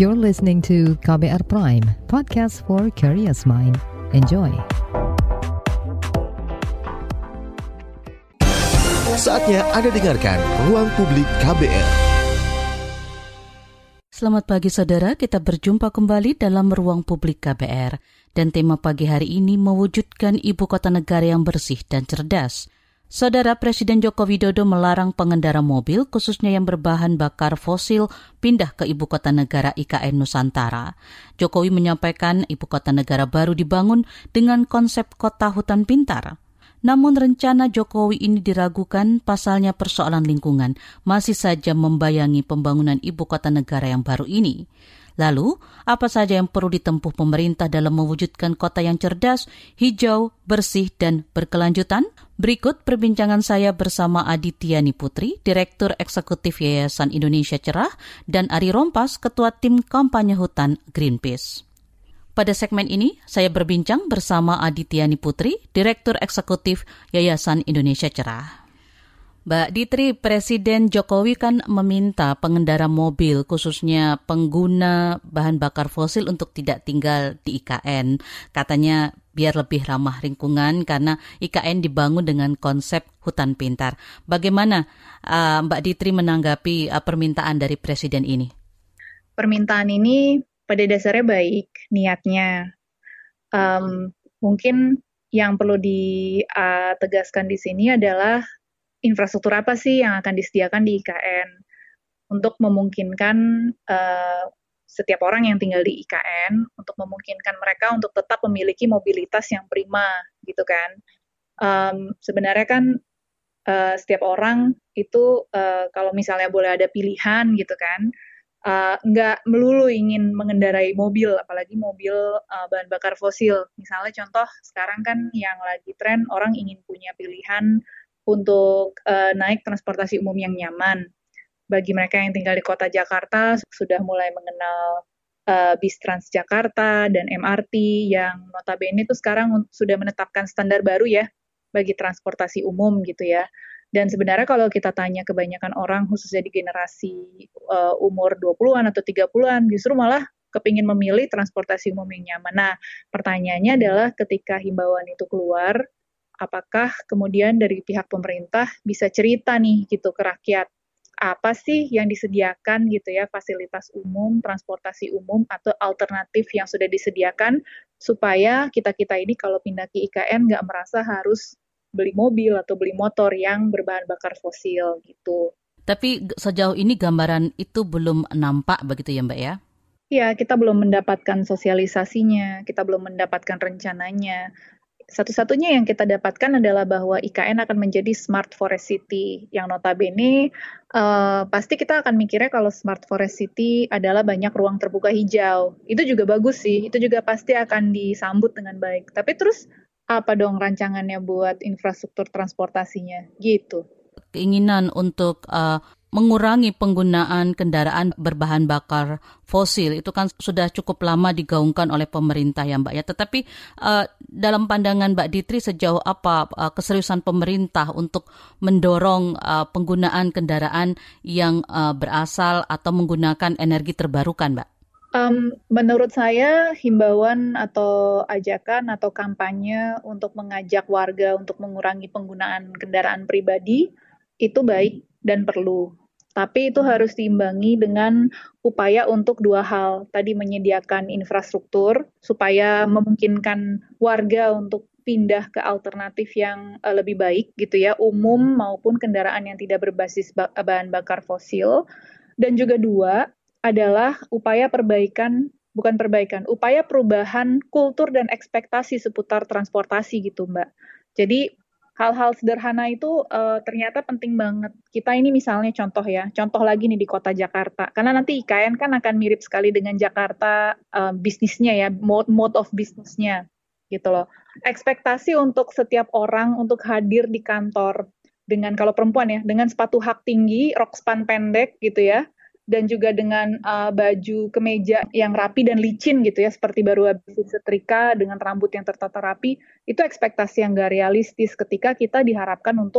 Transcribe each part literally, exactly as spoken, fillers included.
You're listening to K B R Prime, podcast for curious mind. Enjoy. Saatnya Anda dengarkan Ruang Publik K B R. Selamat pagi saudara, kita berjumpa kembali dalam Ruang Publik K B R. Dan tema pagi hari ini mewujudkan ibu kota negara yang bersih dan cerdas. Saudara, Presiden Joko Widodo melarang pengendara mobil, khususnya yang berbahan bakar fosil, pindah ke ibu kota negara I K N Nusantara. Jokowi menyampaikan ibu kota negara baru dibangun dengan konsep kota hutan pintar. Namun rencana Jokowi ini diragukan, pasalnya persoalan lingkungan masih saja membayangi pembangunan ibu kota negara yang baru ini. Lalu, apa saja yang perlu ditempuh pemerintah dalam mewujudkan kota yang cerdas, hijau, bersih, dan berkelanjutan? Berikut perbincangan saya bersama Aditya Niputri, Direktur Eksekutif Yayasan Indonesia Cerah, dan Ari Rompas, Ketua Tim Kampanye Hutan Greenpeace. Pada segmen ini, saya berbincang bersama Aditya Niputri, Direktur Eksekutif Yayasan Indonesia Cerah. Mbak Ditri, Presiden Jokowi kan meminta pengendara mobil, khususnya pengguna bahan bakar fosil untuk tidak tinggal di I K N. Katanya biar lebih ramah lingkungan karena I K N dibangun dengan konsep hutan pintar. Bagaimana uh, Mbak Ditri menanggapi uh, permintaan dari Presiden ini? Permintaan ini pada dasarnya baik niatnya. Um, mungkin yang perlu ditegaskan di sini adalah infrastruktur apa sih yang akan disediakan di I K N untuk memungkinkan uh, setiap orang yang tinggal di I K N, untuk memungkinkan mereka untuk tetap memiliki mobilitas yang prima, gitu kan. Um, sebenarnya kan uh, setiap orang itu uh, kalau misalnya boleh ada pilihan, gitu kan, uh, nggak melulu ingin mengendarai mobil, apalagi mobil uh, bahan bakar fosil. Misalnya contoh sekarang kan yang lagi tren orang ingin punya pilihan untuk uh, naik transportasi umum yang nyaman. Bagi mereka yang tinggal di kota Jakarta, sudah mulai mengenal uh, bis Transjakarta dan M R T yang notabene itu sekarang sudah menetapkan standar baru ya bagi transportasi umum gitu ya. Dan sebenarnya kalau kita tanya kebanyakan orang, khususnya di generasi uh, umur dua puluhan atau tiga puluhan, justru malah kepingin memilih transportasi umum yang nyaman. Nah, pertanyaannya adalah ketika himbauan itu keluar, apakah kemudian dari pihak pemerintah bisa cerita nih gitu ke rakyat, apa sih yang disediakan gitu ya, fasilitas umum, transportasi umum, atau alternatif yang sudah disediakan, supaya kita-kita ini kalau pindah ke I K N nggak merasa harus beli mobil atau beli motor yang berbahan bakar fosil gitu. Tapi sejauh ini gambaran itu belum nampak begitu ya Mbak ya? Iya, kita belum mendapatkan sosialisasinya, kita belum mendapatkan rencananya. Satu-satunya yang kita dapatkan adalah bahwa I K N akan menjadi Smart Forest City, yang notabene uh, pasti kita akan mikirnya kalau Smart Forest City adalah banyak ruang terbuka hijau. Itu juga bagus sih, itu juga pasti akan disambut dengan baik. Tapi terus apa dong rancangannya buat infrastruktur transportasinya? Gitu. Keinginan untuk uh, mengurangi penggunaan kendaraan berbahan bakar fosil itu kan sudah cukup lama digaungkan oleh pemerintah ya Mbak ya. Tetapi uh, dalam pandangan Mbak Ditri sejauh apa uh, keseriusan pemerintah untuk mendorong uh, penggunaan kendaraan yang uh, berasal atau menggunakan energi terbarukan Mbak? Um, menurut saya himbauan atau ajakan atau kampanye untuk mengajak warga untuk mengurangi penggunaan kendaraan pribadi itu baik dan perlu. Tapi itu harus diimbangi dengan upaya untuk dua hal. Tadi menyediakan infrastruktur supaya memungkinkan warga untuk pindah ke alternatif yang uh, lebih baik gitu ya, umum maupun kendaraan yang tidak berbasis ba- bahan bakar fosil. Dan juga dua adalah upaya perbaikan, bukan perbaikan, upaya perubahan kultur dan ekspektasi seputar transportasi gitu Mbak. Jadi hal-hal sederhana itu uh, ternyata penting banget. Kita ini misalnya contoh ya, contoh lagi nih di kota Jakarta. Karena nanti I K N kan akan mirip sekali dengan Jakarta uh, bisnisnya ya, mode, mode of bisnisnya gitu loh. Ekspektasi untuk setiap orang untuk hadir di kantor dengan, kalau perempuan ya, dengan sepatu hak tinggi, rok span pendek gitu ya, dan juga dengan uh, baju kemeja yang rapi dan licin gitu ya, seperti baru habis disetrika dengan rambut yang tertata rapi, itu ekspektasi yang gak realistis ketika kita diharapkan untuk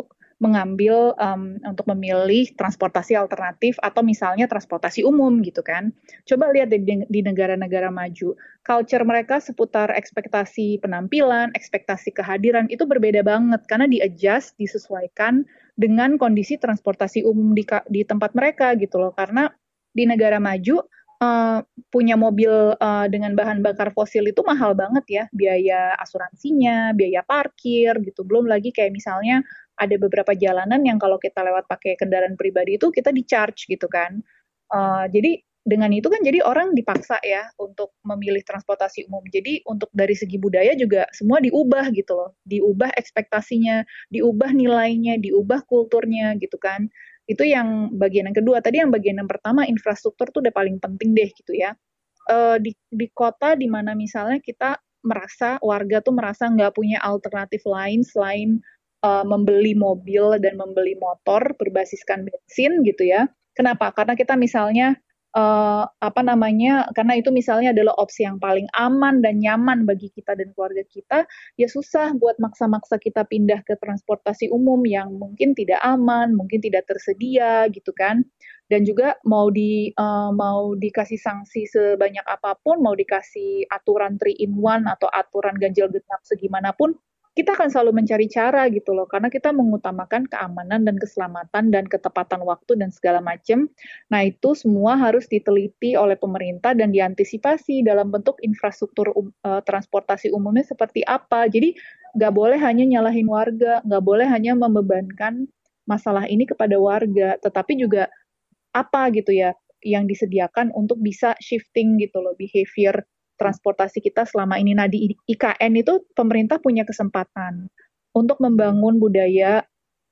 mengambil um, untuk memilih transportasi alternatif atau misalnya transportasi umum gitu kan. Coba lihat di, di negara-negara maju, culture mereka seputar ekspektasi penampilan, ekspektasi kehadiran itu berbeda banget karena di-adjust, disesuaikan dengan kondisi transportasi umum di, di tempat mereka gitu loh. Karena di negara maju uh, punya mobil uh, dengan bahan bakar fosil itu mahal banget ya, biaya asuransinya, biaya parkir gitu. Belum lagi kayak misalnya ada beberapa jalanan yang kalau kita lewat pakai kendaraan pribadi itu kita di-charge gitu kan. Uh, jadi dengan itu kan jadi orang dipaksa ya untuk memilih transportasi umum. Jadi untuk dari segi budaya juga semua diubah gitu loh. Diubah ekspektasinya, diubah nilainya, diubah kulturnya gitu kan. Itu yang bagian yang kedua. Tadi yang bagian yang pertama, infrastruktur tuh udah paling penting deh gitu ya. Uh, di, di kota di mana misalnya kita merasa, warga tuh merasa nggak punya alternatif lain selain Uh, membeli mobil dan membeli motor berbasiskan bensin gitu ya. Kenapa? Karena kita misalnya uh, apa namanya? Karena itu misalnya adalah opsi yang paling aman dan nyaman bagi kita dan keluarga kita. Ya susah buat maksa-maksa kita pindah ke transportasi umum yang mungkin tidak aman, mungkin tidak tersedia gitu kan. Dan juga mau di uh, mau dikasih sanksi sebanyak apapun, mau dikasih aturan three in one atau aturan ganjil genap segimanapun, kita akan selalu mencari cara gitu loh, karena kita mengutamakan keamanan dan keselamatan dan ketepatan waktu dan segala macam. Nah itu semua harus diteliti oleh pemerintah dan diantisipasi dalam bentuk infrastruktur um, uh, transportasi umumnya seperti apa. Jadi nggak boleh hanya nyalahin warga, nggak boleh hanya membebankan masalah ini kepada warga, tetapi juga apa gitu ya yang disediakan untuk bisa shifting gitu loh behavior transportasi kita selama ini. Nah, di I K N itu pemerintah punya kesempatan untuk membangun budaya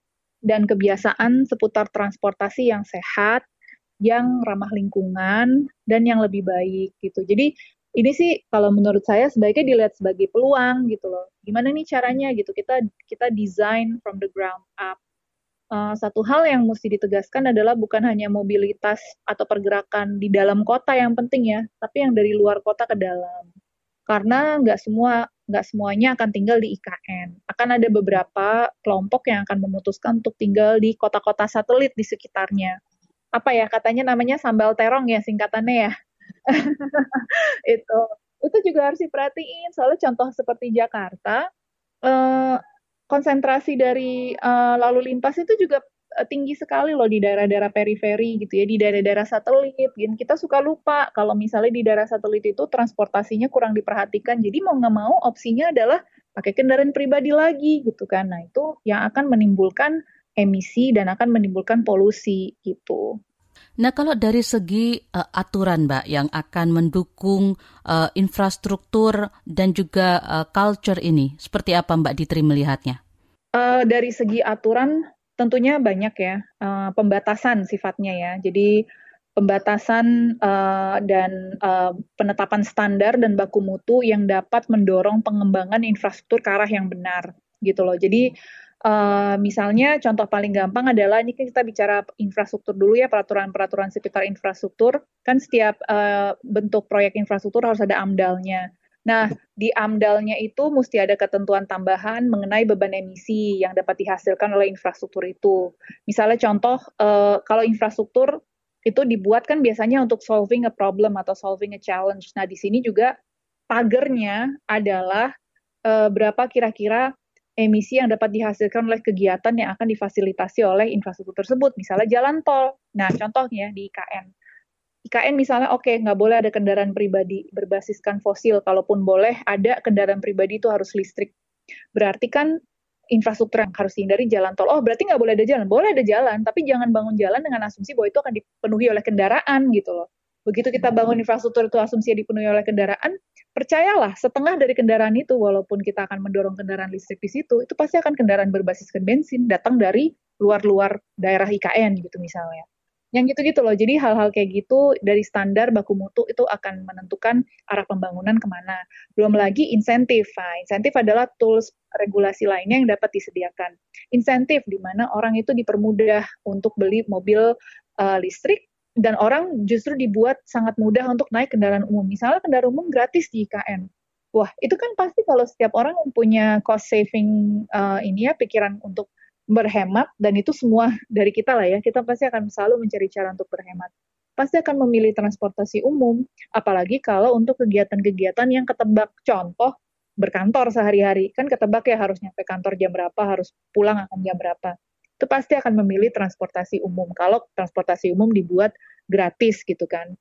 dan kebiasaan seputar transportasi yang sehat, yang ramah lingkungan, dan yang lebih baik gitu. Jadi ini sih kalau menurut saya sebaiknya dilihat sebagai peluang gitu loh. Gimana nih caranya gitu, kita kita design from the ground up. Uh, satu hal yang mesti ditegaskan adalah bukan hanya mobilitas atau pergerakan di dalam kota yang penting ya, tapi yang dari luar kota ke dalam. Karena nggak semua nggak semuanya akan tinggal di I K N. Akan ada beberapa kelompok yang akan memutuskan untuk tinggal di kota-kota satelit di sekitarnya. Apa ya katanya namanya sambal terong ya singkatannya ya. itu itu juga harus diperhatiin. Soalnya contoh seperti Jakarta. Uh, konsentrasi dari uh, lalu lintas itu juga uh, tinggi sekali loh di daerah-daerah periferi gitu ya, di daerah-daerah satelit. Dan kita suka lupa kalau misalnya di daerah satelit itu transportasinya kurang diperhatikan. Jadi mau nggak mau opsinya adalah pakai kendaraan pribadi lagi gitu kan. Nah itu yang akan menimbulkan emisi dan akan menimbulkan polusi gitu. Nah, kalau dari segi uh, aturan, Mbak, yang akan mendukung uh, infrastruktur dan juga uh, culture ini, seperti apa Mbak Ditri melihatnya? Uh, dari segi aturan tentunya banyak ya, uh, pembatasan sifatnya ya. Jadi pembatasan uh, dan uh, penetapan standar dan baku mutu yang dapat mendorong pengembangan infrastruktur ke arah yang benar gitu loh. Jadi Uh, misalnya contoh paling gampang adalah ini kita bicara infrastruktur dulu ya, peraturan-peraturan seputar infrastruktur. Kan setiap uh, bentuk proyek infrastruktur harus ada AMDAL-nya. Nah, di AMDAL-nya itu mesti ada ketentuan tambahan mengenai beban emisi yang dapat dihasilkan oleh infrastruktur itu. Misalnya contoh, uh, kalau infrastruktur itu dibuat kan biasanya untuk solving a problem atau solving a challenge. Nah, di sini juga pagernya adalah uh, berapa kira-kira emisi yang dapat dihasilkan oleh kegiatan yang akan difasilitasi oleh infrastruktur tersebut. Misalnya jalan tol. Nah, contohnya di I K N. I K N misalnya, oke, okay, nggak boleh ada kendaraan pribadi berbasiskan fosil. Kalaupun boleh, ada kendaraan pribadi itu harus listrik. Berarti kan infrastruktur yang harus dihindari jalan tol. Oh, berarti nggak boleh ada jalan. Boleh ada jalan, tapi jangan bangun jalan dengan asumsi bahwa itu akan dipenuhi oleh kendaraan gitu loh. Begitu kita bangun infrastruktur itu asumsinya dipenuhi oleh kendaraan, percayalah setengah dari kendaraan itu, walaupun kita akan mendorong kendaraan listrik di situ, itu pasti akan kendaraan berbasiskan bensin, datang dari luar-luar daerah I K N gitu misalnya. Yang gitu-gitu loh, jadi hal-hal kayak gitu dari standar baku mutu itu akan menentukan arah pembangunan kemana. Belum lagi insentif. Nah, insentif adalah tools regulasi lainnya yang dapat disediakan. Insentif di mana orang itu dipermudah untuk beli mobil uh, listrik, dan orang justru dibuat sangat mudah untuk naik kendaraan umum. Misalnya kendaraan umum gratis di I K N. Wah, itu kan pasti kalau setiap orang punya cost saving uh, ini ya, pikiran untuk berhemat, dan itu semua dari kita lah ya, kita pasti akan selalu mencari cara untuk berhemat. Pasti akan memilih transportasi umum, apalagi kalau untuk kegiatan-kegiatan yang ketebak. Contoh, berkantor sehari-hari, kan ketebak ya harus nyampe kantor jam berapa, harus pulang akan jam berapa. Itu pasti akan memilih transportasi umum, kalau transportasi umum dibuat gratis gitu kan.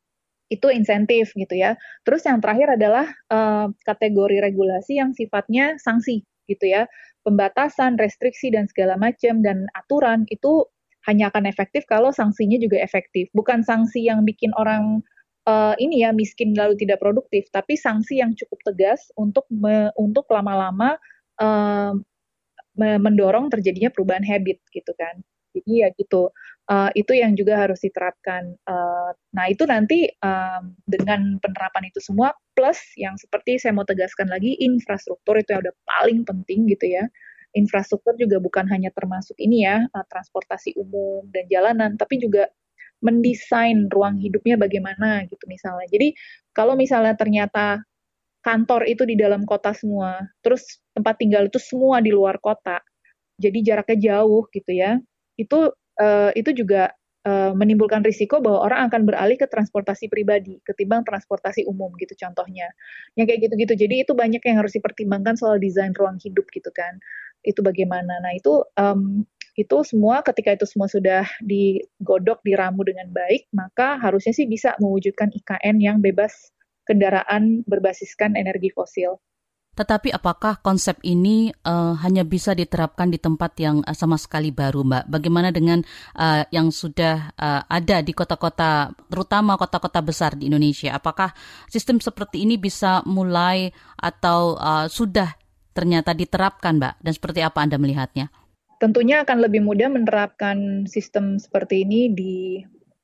Itu insentif gitu ya. Terus yang terakhir adalah uh, kategori regulasi yang sifatnya sanksi gitu ya. Pembatasan, restriksi, dan segala macam, dan aturan itu hanya akan efektif kalau sanksinya juga efektif. Bukan sanksi yang bikin orang uh, ini ya miskin lalu tidak produktif, tapi sanksi yang cukup tegas untuk me, untuk lama-lama uh, mendorong terjadinya perubahan habit gitu kan. Jadi ya gitu, uh, itu yang juga harus diterapkan. Uh, nah itu nanti um, dengan penerapan itu semua, plus yang seperti saya mau tegaskan lagi, infrastruktur itu yang udah paling penting gitu ya. Infrastruktur juga bukan hanya termasuk ini ya, uh, transportasi umum dan jalanan, tapi juga mendesain ruang hidupnya bagaimana gitu misalnya. Jadi kalau misalnya ternyata kantor itu di dalam kota semua, terus tempat tinggal itu semua di luar kota, jadi jaraknya jauh gitu ya, itu uh, itu juga uh, menimbulkan risiko bahwa orang akan beralih ke transportasi pribadi ketimbang transportasi umum gitu contohnya. Yang kayak gitu-gitu. Jadi itu banyak yang harus dipertimbangkan soal desain ruang hidup gitu kan. Itu bagaimana. Nah, itu um, itu semua ketika itu semua sudah digodok, diramu dengan baik, maka harusnya sih bisa mewujudkan I K N yang bebas kendaraan berbasiskan energi fosil. Tetapi apakah konsep ini uh, hanya bisa diterapkan di tempat yang uh, sama sekali baru, Mbak? Bagaimana dengan uh, yang sudah uh, ada di kota-kota, terutama kota-kota besar di Indonesia? Apakah sistem seperti ini bisa mulai atau uh, sudah ternyata diterapkan, Mbak? Dan seperti apa Anda melihatnya? Tentunya akan lebih mudah menerapkan sistem seperti ini di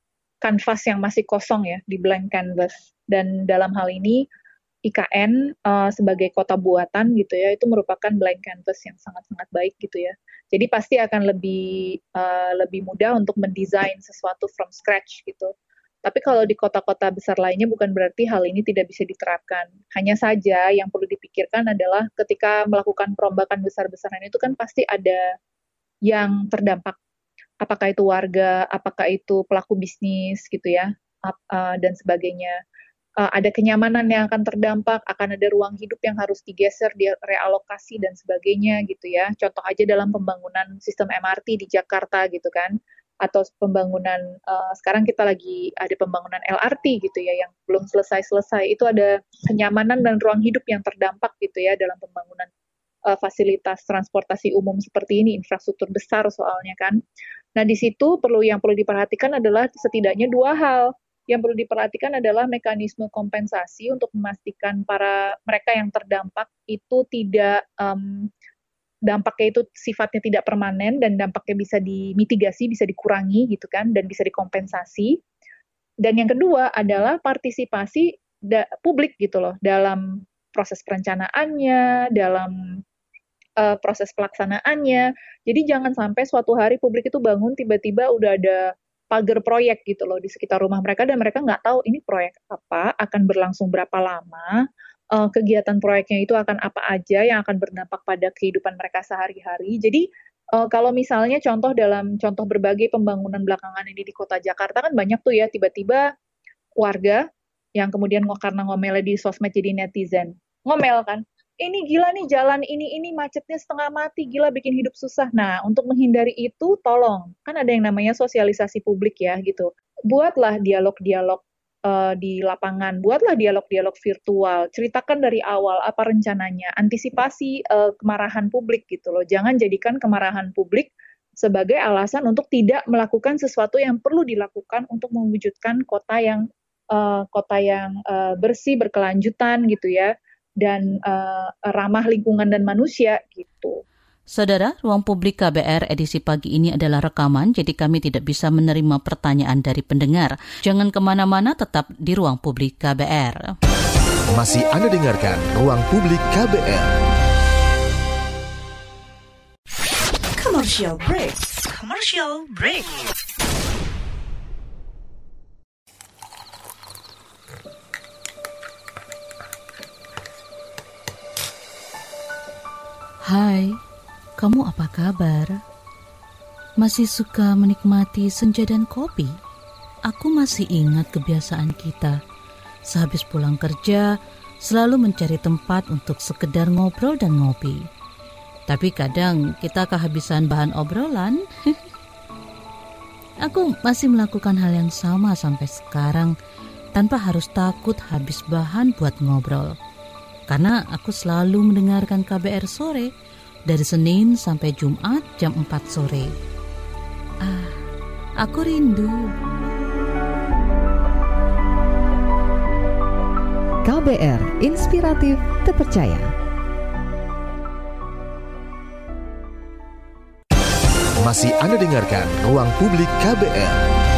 kanvas yang masih kosong ya, di blank canvas. Dan dalam hal ini, I K N uh, sebagai kota buatan gitu ya, itu merupakan blank canvas yang sangat-sangat baik gitu ya. Jadi pasti akan lebih uh, lebih mudah untuk mendesain sesuatu from scratch gitu. Tapi kalau di kota-kota besar lainnya bukan berarti hal ini tidak bisa diterapkan. Hanya saja yang perlu dipikirkan adalah ketika melakukan perombakan besar-besaran itu kan pasti ada yang terdampak. Apakah itu warga, apakah itu pelaku bisnis gitu ya, uh, dan sebagainya. Uh, ada kenyamanan yang akan terdampak, akan ada ruang hidup yang harus digeser, direalokasi dan sebagainya gitu ya. Contoh aja dalam pembangunan sistem M R T di Jakarta gitu kan, atau pembangunan uh, sekarang kita lagi ada pembangunan L R T gitu ya yang belum selesai-selesai. Itu ada kenyamanan dan ruang hidup yang terdampak gitu ya dalam pembangunan uh, fasilitas transportasi umum seperti ini, infrastruktur besar soalnya kan. Nah di situ perlu yang perlu diperhatikan adalah setidaknya dua hal. Yang perlu diperhatikan adalah mekanisme kompensasi untuk memastikan para mereka yang terdampak itu tidak um, dampaknya itu sifatnya tidak permanen dan dampaknya bisa dimitigasi, bisa dikurangi gitu kan, dan bisa dikompensasi. Dan yang kedua adalah partisipasi da- publik gitu loh dalam proses perencanaannya, dalam uh, proses pelaksanaannya. Jadi jangan sampai suatu hari publik itu bangun tiba-tiba udah ada pagar proyek gitu loh di sekitar rumah mereka dan mereka nggak tahu ini proyek apa, akan berlangsung berapa lama, uh, kegiatan proyeknya itu akan apa aja yang akan berdampak pada kehidupan mereka sehari-hari. Jadi uh, kalau misalnya contoh dalam contoh berbagai pembangunan belakangan ini di kota Jakarta kan banyak tuh ya tiba-tiba warga yang kemudian karena ngomelnya di sosmed jadi netizen, ngomel kan, ini gila nih jalan ini, ini macetnya setengah mati, gila bikin hidup susah. Nah, untuk menghindari itu, tolong. Kan ada yang namanya sosialisasi publik ya, gitu. Buatlah dialog-dialog uh, di lapangan, buatlah dialog-dialog virtual, ceritakan dari awal apa rencananya, antisipasi uh, kemarahan publik gitu loh. Jangan jadikan kemarahan publik sebagai alasan untuk tidak melakukan sesuatu yang perlu dilakukan untuk mewujudkan kota yang uh, kota yang uh, bersih, berkelanjutan gitu ya. Dan uh, ramah lingkungan dan manusia gitu. Saudara, Ruang Publik K B R edisi pagi ini adalah rekaman, jadi kami tidak bisa menerima pertanyaan dari pendengar. Jangan kemana-mana, tetap di Ruang Publik K B R. Masih Anda dengarkan Ruang Publik K B R. Commercial break. Commercial break. Hai, kamu apa kabar? Masih suka menikmati senja dan kopi? Aku masih ingat kebiasaan kita. Sehabis pulang kerja, selalu mencari tempat untuk sekedar ngobrol dan ngopi. Tapi kadang kita kehabisan bahan obrolan. Aku masih melakukan hal yang sama sampai sekarang, tanpa harus takut habis bahan buat ngobrol. Karena aku selalu mendengarkan K B R Sore dari Senin sampai Jumat jam empat sore. Ah, aku rindu. K B R Inspiratif Terpercaya. Masih Anda dengarkan Ruang Publik K B R.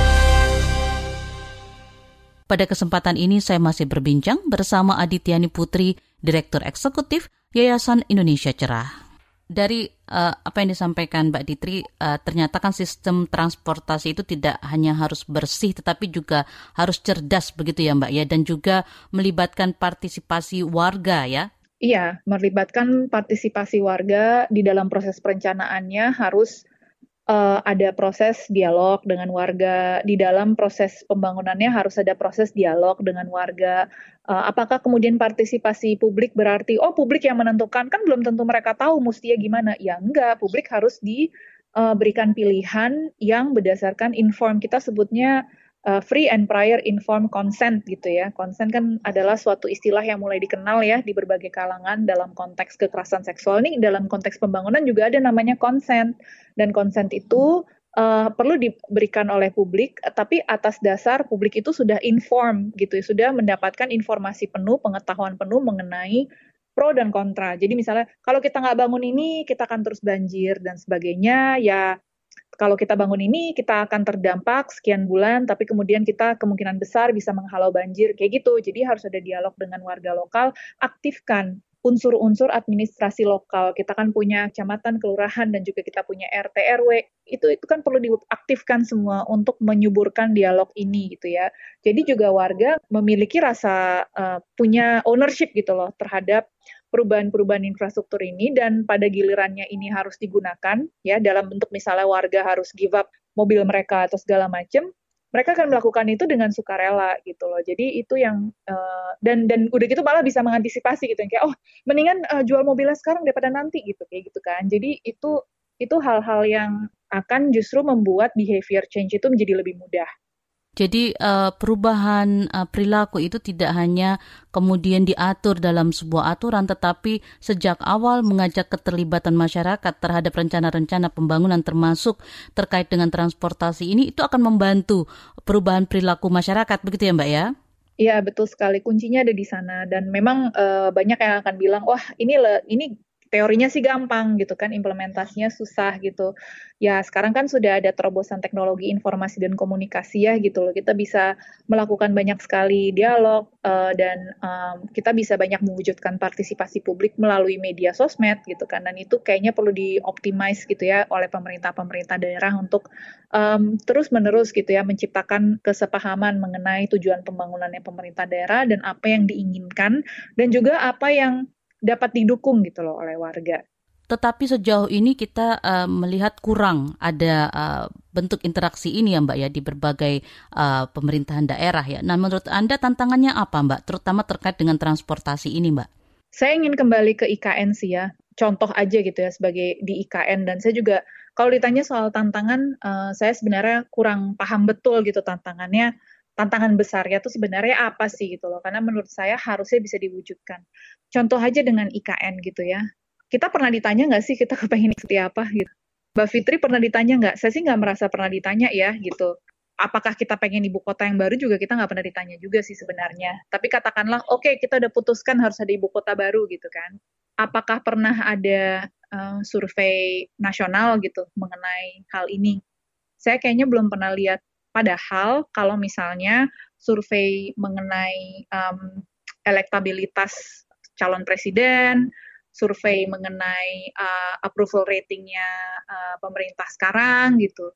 Pada kesempatan ini saya masih berbincang bersama Adityani Putri, Direktur Eksekutif Yayasan Indonesia Cerah. Dari uh, apa yang disampaikan Mbak Ditri, uh, ternyata kan sistem transportasi itu tidak hanya harus bersih tetapi juga harus cerdas begitu ya Mbak ya, dan juga melibatkan partisipasi warga ya. Iya, melibatkan partisipasi warga di dalam proses perencanaannya harus Uh, ada proses dialog dengan warga, di dalam proses pembangunannya harus ada proses dialog dengan warga. Uh, apakah kemudian partisipasi publik berarti, oh publik yang menentukan, kan belum tentu mereka tahu mustinya gimana. Ya enggak, publik harus diberikan uh, pilihan yang berdasarkan inform, kita sebutnya uh, free and prior informed consent gitu ya. Consent kan adalah suatu istilah yang mulai dikenal ya di berbagai kalangan dalam konteks kekerasan seksual. Ini dalam konteks pembangunan juga ada namanya consent. Dan consent itu uh, perlu diberikan oleh publik, tapi atas dasar publik itu sudah inform gitu, sudah mendapatkan informasi penuh, pengetahuan penuh mengenai pro dan kontra. Jadi misalnya kalau kita nggak bangun ini, kita akan terus banjir dan sebagainya. Ya kalau kita bangun ini, kita akan terdampak sekian bulan, tapi kemudian kita kemungkinan besar bisa menghalau banjir kayak gitu. Jadi harus ada dialog dengan warga lokal, aktifkan unsur-unsur administrasi lokal. Kita kan punya kecamatan, kelurahan, dan juga kita punya R T R W. Itu itu kan perlu diaktifkan semua untuk menyuburkan dialog ini gitu ya. Jadi juga warga memiliki rasa uh, punya ownership gitu loh terhadap perubahan-perubahan infrastruktur ini, dan pada gilirannya ini harus digunakan ya dalam bentuk misalnya warga harus give up mobil mereka atau segala macam. Mereka akan melakukan itu dengan sukarela gitu loh. Jadi itu yang uh, dan dan udah gitu malah bisa mengantisipasi gitu, kayak oh mendingan uh, jual mobilnya sekarang daripada nanti gitu kayak gitu kan. Jadi itu itu hal-hal yang akan justru membuat behavior change itu menjadi lebih mudah. Jadi uh, perubahan uh, perilaku itu tidak hanya kemudian diatur dalam sebuah aturan, tetapi sejak awal mengajak keterlibatan masyarakat terhadap rencana-rencana pembangunan termasuk terkait dengan transportasi ini, itu akan membantu perubahan perilaku masyarakat, begitu ya Mbak ya? Iya betul sekali, kuncinya ada di sana. Dan memang uh, banyak yang akan bilang, wah ini le, ini teorinya sih gampang gitu kan, implementasinya susah gitu. Ya sekarang kan sudah ada terobosan teknologi informasi dan komunikasi ya gitu loh. Kita bisa melakukan banyak sekali dialog uh, dan um, kita bisa banyak mewujudkan partisipasi publik melalui media sosmed gitu kan. Dan itu kayaknya perlu dioptimize gitu ya oleh pemerintah-pemerintah daerah untuk um, terus-menerus gitu ya menciptakan kesepahaman mengenai tujuan pembangunannya pemerintah daerah dan apa yang diinginkan dan juga apa yang dapat didukung gitu loh oleh warga. Tetapi sejauh ini kita uh, melihat kurang ada uh, bentuk interaksi ini ya Mbak ya di berbagai uh, pemerintahan daerah ya. Nah menurut Anda tantangannya apa Mbak? Terutama terkait dengan transportasi ini Mbak. Saya ingin kembali ke I K N sih ya. Contoh aja gitu ya sebagai di I K N, dan saya juga kalau ditanya soal tantangan, uh, saya sebenarnya kurang paham betul gitu tantangannya. Tantangan besarnya tuh sebenarnya apa sih gitu loh, karena menurut saya harusnya bisa diwujudkan. Contoh aja dengan I K N gitu ya, kita pernah ditanya nggak sih kita kepengen seperti apa gitu. Mbak Fitri pernah ditanya nggak? Saya sih nggak merasa pernah ditanya ya gitu. Apakah kita pengen ibu kota yang baru juga kita nggak pernah ditanya juga sih sebenarnya. Tapi katakanlah oke okay, kita udah putuskan harus ada ibu kota baru gitu kan. Apakah pernah ada uh, survei nasional gitu mengenai hal ini? Saya kayaknya belum pernah lihat. Padahal kalau misalnya survei mengenai um, elektabilitas calon presiden, survei mengenai uh, approval ratingnya uh, pemerintah sekarang gitu,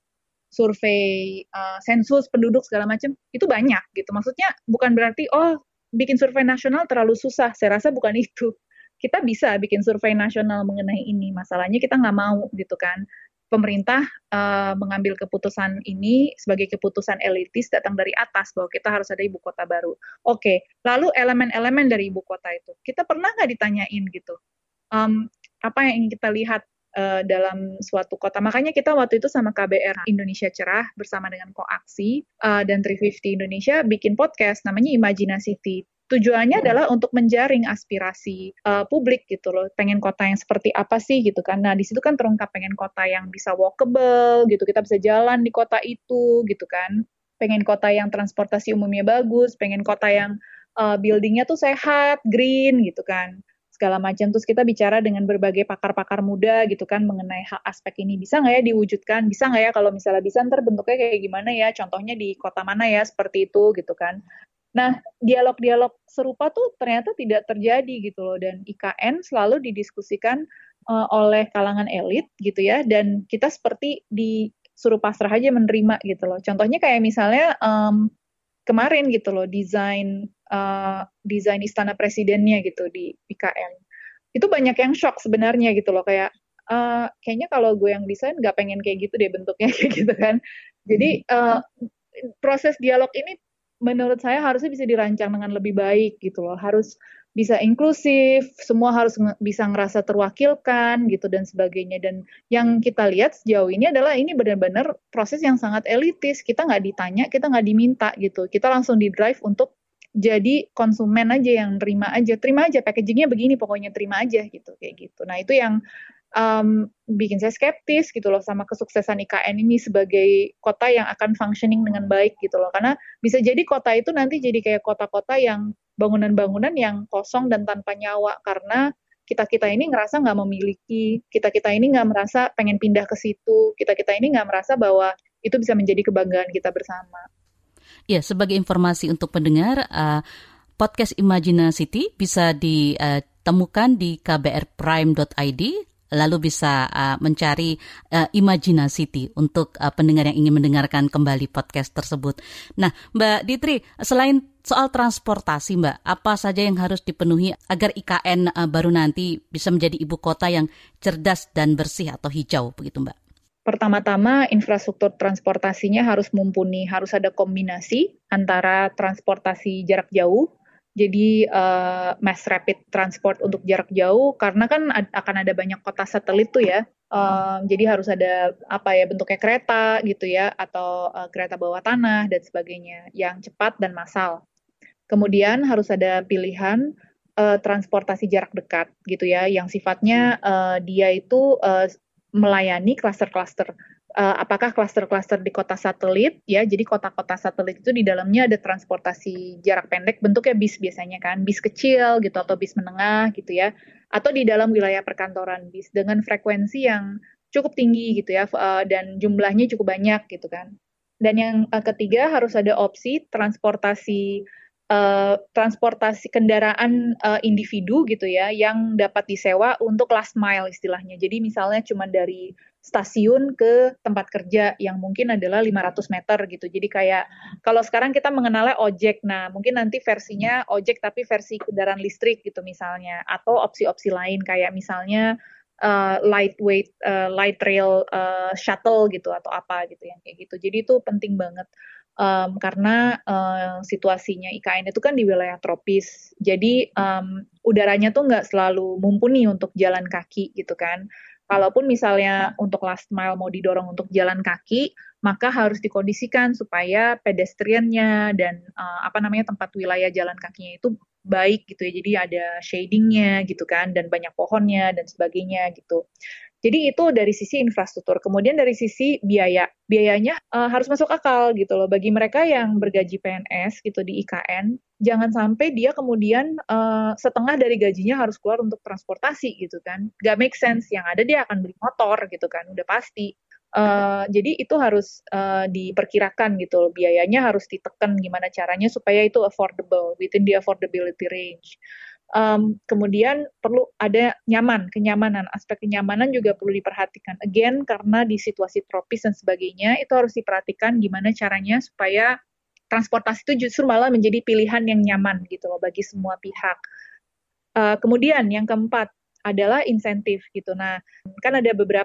survei uh, sensus penduduk segala macam, itu banyak gitu. Maksudnya bukan berarti oh bikin survei nasional terlalu susah. Saya rasa bukan itu. Kita bisa bikin survei nasional mengenai ini. Masalahnya kita nggak mau gitu kan. pemerintah uh, mengambil keputusan ini sebagai keputusan elitis datang dari atas bahwa kita harus ada ibu kota baru. Oke, lalu elemen-elemen dari ibu kota itu kita pernah nggak ditanyain gitu? Um, apa yang ingin kita lihat uh, dalam suatu kota? Makanya kita waktu itu sama K B R Indonesia Cerah bersama dengan Koaksi uh, dan tiga ratus lima puluh Indonesia bikin podcast namanya Imajinacity. Tujuannya adalah untuk menjaring aspirasi uh, publik gitu loh. Pengen kota yang seperti apa sih gitu kan. Nah, di situ kan terungkap pengen kota yang bisa walkable gitu. Kita bisa jalan di kota itu gitu kan. Pengen kota yang transportasi umumnya bagus, pengen kota yang uh, buildingnya tuh sehat, green gitu kan. Segala macam. Terus kita bicara dengan berbagai pakar-pakar muda gitu kan mengenai hal aspek ini. Bisa nggak ya diwujudkan? Bisa nggak ya kalau misalnya bisa ntar bentuknya kayak gimana ya? Contohnya di kota mana ya seperti itu gitu kan. Nah, dialog-dialog serupa tuh ternyata tidak terjadi gitu loh, dan I K N selalu didiskusikan uh, oleh kalangan elit gitu ya, dan kita seperti disuruh pasrah aja menerima gitu loh. Contohnya kayak misalnya um, kemarin gitu loh, desain uh, desain istana presidennya gitu di I K N. Itu banyak yang shock sebenarnya gitu loh, kayak uh, kayaknya kalau gue yang desain nggak pengen kayak gitu deh bentuknya kayak gitu kan. Jadi uh, proses dialog ini menurut saya harusnya bisa dirancang dengan lebih baik gitu loh. Harus bisa inklusif, semua harus nge- bisa ngerasa terwakilkan gitu dan sebagainya. Dan yang kita lihat sejauh ini adalah ini benar-benar proses yang sangat elitis. Kita nggak ditanya, kita nggak diminta gitu. Kita langsung di drive untuk jadi konsumen aja yang terima aja. Terima aja, packagingnya begini pokoknya terima aja gitu. Kayak gitu. Nah itu yang Um, bikin saya skeptis gitu loh sama kesuksesan I K N ini sebagai kota yang akan functioning dengan baik gitu loh. Karena bisa jadi kota itu nanti jadi kayak kota-kota yang bangunan-bangunan yang kosong dan tanpa nyawa karena kita-kita ini ngerasa nggak memiliki, kita-kita ini nggak merasa pengen pindah ke situ, kita-kita ini nggak merasa bahwa itu bisa menjadi kebanggaan kita bersama. Ya, sebagai informasi untuk pendengar, uh, podcast Imajinacity bisa ditemukan di k b r prime dot i d. Lalu bisa uh, mencari uh, Imajinacity untuk uh, pendengar yang ingin mendengarkan kembali podcast tersebut. Nah, Mbak Ditri, selain soal transportasi, Mbak, apa saja yang harus dipenuhi agar I K N uh, baru nanti bisa menjadi ibu kota yang cerdas dan bersih atau hijau, begitu, Mbak? Pertama-tama, infrastruktur transportasinya harus mumpuni, harus ada kombinasi antara transportasi jarak jauh. Jadi uh, mass rapid transport untuk jarak jauh karena kan ad- akan ada banyak kota satelit tuh ya. Uh, jadi harus ada apa ya bentuknya kereta gitu ya atau uh, kereta bawah tanah dan sebagainya yang cepat dan massal. Kemudian harus ada pilihan uh, transportasi jarak dekat gitu ya yang sifatnya uh, dia itu uh, melayani klaster-klaster. Uh, apakah klaster-klaster di kota satelit ya, jadi kota-kota satelit itu di dalamnya ada transportasi jarak pendek bentuknya bis biasanya kan, bis kecil gitu atau bis menengah gitu ya, atau di dalam wilayah perkantoran bis dengan frekuensi yang cukup tinggi gitu ya uh, dan jumlahnya cukup banyak gitu kan. Dan yang uh, ketiga harus ada opsi transportasi uh, transportasi kendaraan uh, individu gitu ya yang dapat disewa untuk last mile istilahnya. Jadi misalnya cuma dari stasiun ke tempat kerja yang mungkin adalah lima ratus meter gitu. Jadi kayak kalau sekarang kita mengenalnya ojek, nah mungkin nanti versinya ojek tapi versi kendaraan listrik gitu misalnya. Atau opsi-opsi lain kayak misalnya uh, lightweight, uh, light rail uh, shuttle gitu atau apa gitu yang kayak gitu. Jadi itu penting banget. Um, karena uh, situasinya I K N itu kan di wilayah tropis. Jadi um, udaranya tuh nggak selalu mumpuni untuk jalan kaki gitu kan. Kalaupun misalnya untuk last mile mau didorong untuk jalan kaki, maka harus dikondisikan supaya pedestriannya dan uh, apa namanya tempat wilayah jalan kakinya itu baik gitu ya. Jadi ada shadingnya gitu kan dan banyak pohonnya dan sebagainya gitu. Jadi itu dari sisi infrastruktur. Kemudian dari sisi biaya, biayanya uh, harus masuk akal gitu loh. Bagi mereka yang bergaji P N S gitu di I K N, jangan sampai dia kemudian uh, setengah dari gajinya harus keluar untuk transportasi gitu kan. Gak make sense. Yang ada dia akan beli motor gitu kan, udah pasti. Uh, jadi itu harus uh, diperkirakan gitu loh. Biayanya harus ditekan gimana caranya supaya itu affordable, within the affordability range. Um, kemudian perlu ada nyaman, kenyamanan, aspek kenyamanan juga perlu diperhatikan. Again, karena di situasi tropis dan sebagainya, itu harus diperhatikan gimana caranya supaya transportasi itu justru malah menjadi pilihan yang nyaman gitu loh bagi semua pihak. Uh, kemudian yang keempat adalah insentif gitu. Nah, kan ada beberapa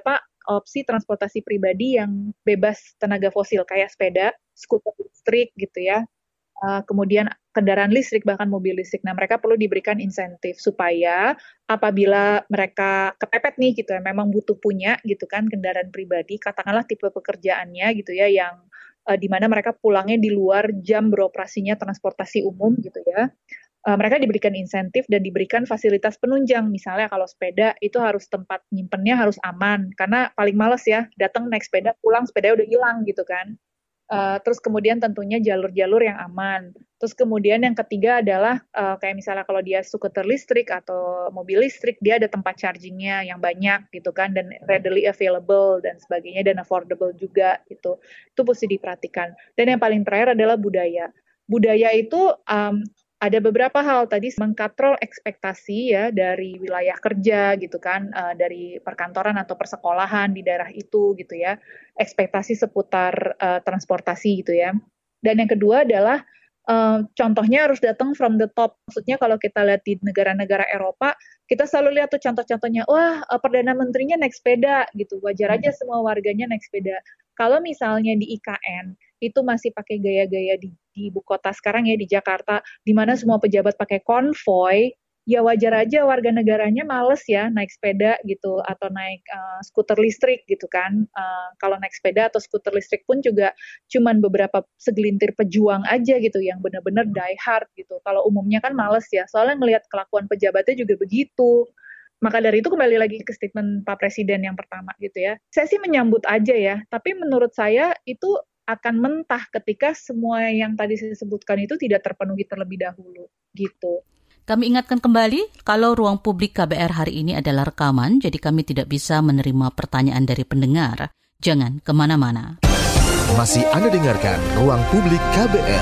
opsi transportasi pribadi yang bebas tenaga fosil kayak sepeda, skuter listrik gitu ya. Uh, kemudian kendaraan listrik, bahkan mobil listrik. Nah, mereka perlu diberikan insentif supaya apabila mereka kepepet nih gitu ya, memang butuh punya gitu kan kendaraan pribadi, katakanlah tipe pekerjaannya gitu ya, yang uh, di mana mereka pulangnya di luar jam beroperasinya transportasi umum gitu ya. Uh, mereka diberikan insentif dan diberikan fasilitas penunjang. Misalnya kalau sepeda itu harus tempat nyimpennya harus aman, karena paling males ya, datang naik sepeda, pulang sepeda udah hilang gitu kan. Uh, terus kemudian tentunya jalur-jalur yang aman. Terus kemudian yang ketiga adalah uh, kayak misalnya kalau dia skuter listrik atau mobil listrik, dia ada tempat chargingnya yang banyak gitu kan, dan readily available dan sebagainya, dan affordable juga gitu. Itu mesti diperhatikan. Dan yang paling terakhir adalah budaya. Budaya itu um, ada beberapa hal tadi, mengkatrol ekspektasi ya dari wilayah kerja gitu kan, uh, dari perkantoran atau persekolahan di daerah itu gitu ya, ekspektasi seputar uh, transportasi gitu ya. Dan yang kedua adalah uh, contohnya harus datang from the top. Maksudnya kalau kita lihat di negara-negara Eropa, kita selalu lihat tuh contoh-contohnya, wah uh, Perdana Menterinya naik sepeda gitu, wajar aja semua warganya naik sepeda. Kalau misalnya di I K N, itu masih pakai gaya-gaya di, di ibu kota sekarang ya, di Jakarta, di mana semua pejabat pakai konvoy, ya wajar aja warga negaranya males ya naik sepeda gitu, atau naik uh, skuter listrik gitu kan. Uh, kalau naik sepeda atau skuter listrik pun juga cuman beberapa segelintir pejuang aja gitu, yang benar-benar die hard gitu. Kalau umumnya kan males ya, soalnya ngelihat kelakuan pejabatnya juga begitu. Maka dari itu kembali lagi ke statement Pak Presiden yang pertama gitu ya. Saya sih menyambut aja ya, tapi menurut saya itu akan mentah ketika semua yang tadi saya sebutkan itu tidak terpenuhi terlebih dahulu gitu. Kami ingatkan kembali kalau ruang publik K B R hari ini adalah rekaman, jadi kami tidak bisa menerima pertanyaan dari pendengar. Jangan kemana-mana. Masih Anda dengarkan Ruang Publik K B R.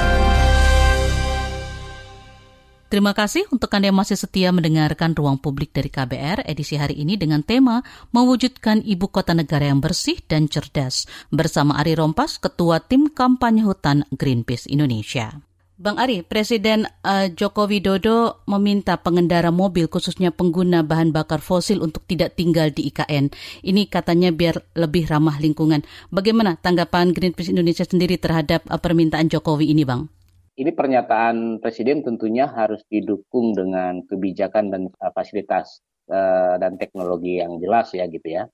Terima kasih untuk Anda yang masih setia mendengarkan Ruang Publik dari K B R edisi hari ini dengan tema Mewujudkan Ibu Kota Negara yang Bersih dan Cerdas bersama Ari Rompas, Ketua Tim Kampanye Hutan Greenpeace Indonesia. Bang Ari, Presiden uh, Joko Widodo meminta pengendara mobil khususnya pengguna bahan bakar fosil untuk tidak tinggal di I K N. Ini katanya biar lebih ramah lingkungan. Bagaimana tanggapan Greenpeace Indonesia sendiri terhadap uh, permintaan Jokowi ini, Bang? Ini pernyataan Presiden tentunya harus didukung dengan kebijakan dan uh, fasilitas uh, dan teknologi yang jelas ya gitu ya.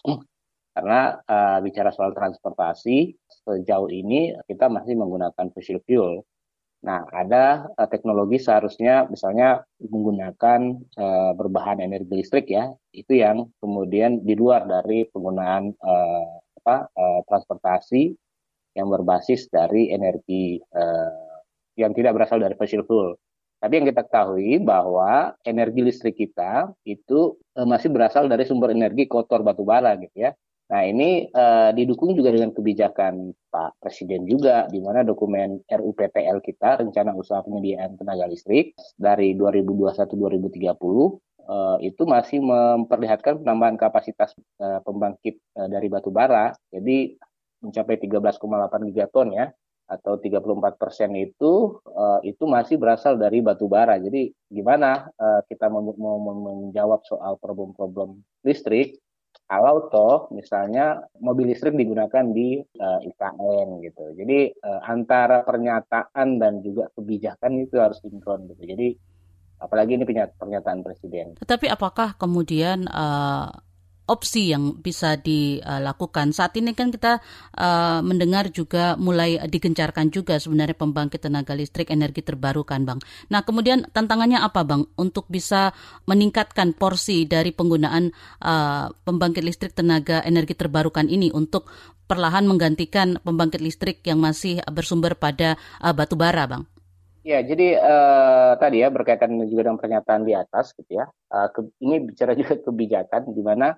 Karena uh, bicara soal transportasi, sejauh ini kita masih menggunakan fossil fuel. Nah, ada uh, teknologi seharusnya misalnya menggunakan uh, berbahan energi listrik ya, itu yang kemudian di luar dari penggunaan uh, apa, uh, transportasi yang berbasis dari energi uh, yang tidak berasal dari fossil fuel. Tapi yang kita ketahui bahwa energi listrik kita itu e, masih berasal dari sumber energi kotor batu bara gitu ya. Nah ini e, didukung juga dengan kebijakan Pak Presiden juga, di mana dokumen R U P T L kita, Rencana Usaha Penyediaan Tenaga Listrik, dari dua ribu dua puluh satu sampai dua ribu tiga puluh, e, itu masih memperlihatkan penambahan kapasitas e, pembangkit e, dari batu bara, jadi mencapai tiga belas koma delapan gigaton ya, atau tiga puluh empat persen itu uh, itu masih berasal dari batu bara. Jadi gimana uh, kita mau, mau menjawab soal problem-problem listrik kalau toh misalnya mobil listrik digunakan di uh, I K N gitu. Jadi uh, antara pernyataan dan juga kebijakan itu harus sinkron gitu. Jadi apalagi ini pernyataan Presiden. Tetapi apakah kemudian uh... opsi yang bisa dilakukan? Saat ini kan kita uh, mendengar juga mulai digencarkan juga sebenarnya pembangkit tenaga listrik energi terbarukan, Bang. Nah, kemudian tantangannya apa, Bang, untuk bisa meningkatkan porsi dari penggunaan uh, pembangkit listrik tenaga energi terbarukan ini untuk perlahan menggantikan pembangkit listrik yang masih bersumber pada uh, batu bara, Bang? Ya, jadi uh, tadi ya berkaitan juga dengan pernyataan di atas gitu ya. Uh, ke, ini bicara juga kebijakan di mana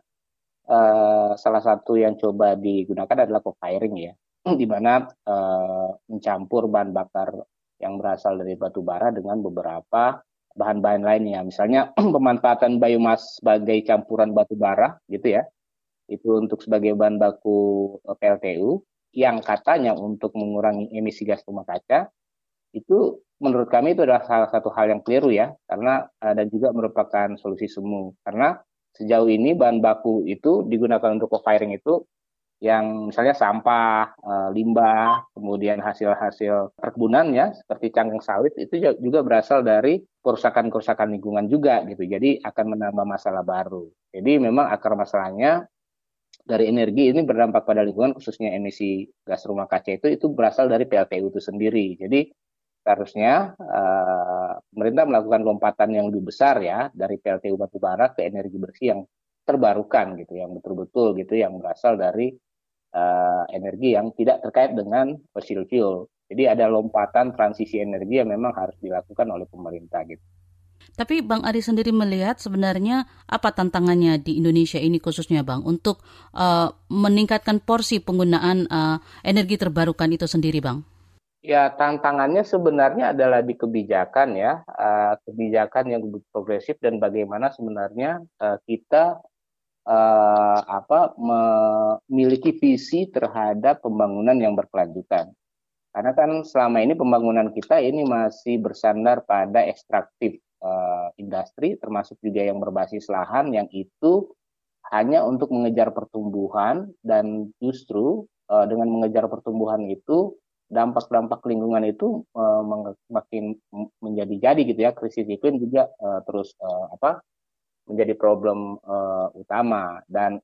Uh, salah satu yang coba digunakan adalah co-firing ya, di mana uh, mencampur bahan bakar yang berasal dari batu bara dengan beberapa bahan-bahan lainnya. Misalnya pemanfaatan biomas sebagai campuran batu bara gitu ya, itu untuk sebagai bahan baku P L T U yang katanya untuk mengurangi emisi gas rumah kaca. Itu menurut kami itu adalah salah satu hal yang keliru ya, karena uh, dan juga merupakan solusi semu. Karena sejauh ini bahan baku itu digunakan untuk co-firing itu yang misalnya sampah, uh, limbah, kemudian hasil-hasil perkebunan ya, seperti cangkang sawit itu juga berasal dari kerusakan-kerusakan lingkungan juga gitu. Jadi akan menambah masalah baru. Jadi memang akar masalahnya dari energi ini berdampak pada lingkungan, khususnya emisi gas rumah kaca itu itu berasal dari P L T U itu sendiri. Jadi seharusnya uh, pemerintah melakukan lompatan yang lebih besar ya dari P L T U batubara ke energi bersih yang terbarukan gitu, yang betul-betul gitu, yang berasal dari uh, energi yang tidak terkait dengan fossil fuel. Jadi ada lompatan transisi energi yang memang harus dilakukan oleh pemerintah gitu. Tapi Bang Ari sendiri melihat sebenarnya apa tantangannya di Indonesia ini khususnya Bang untuk uh, meningkatkan porsi penggunaan uh, energi terbarukan itu sendiri Bang? Ya, tantangannya sebenarnya adalah di kebijakan ya, uh, kebijakan yang progresif dan bagaimana sebenarnya uh, kita uh, apa memiliki visi terhadap pembangunan yang berkelanjutan. Karena kan selama ini pembangunan kita ini masih bersandar pada ekstraktif uh, industri, termasuk juga yang berbasis lahan, yang itu hanya untuk mengejar pertumbuhan, dan justru uh, dengan mengejar pertumbuhan itu dampak-dampak lingkungan itu uh, makin menjadi-jadi gitu ya. Krisis iklim juga uh, terus uh, apa menjadi problem uh, utama, dan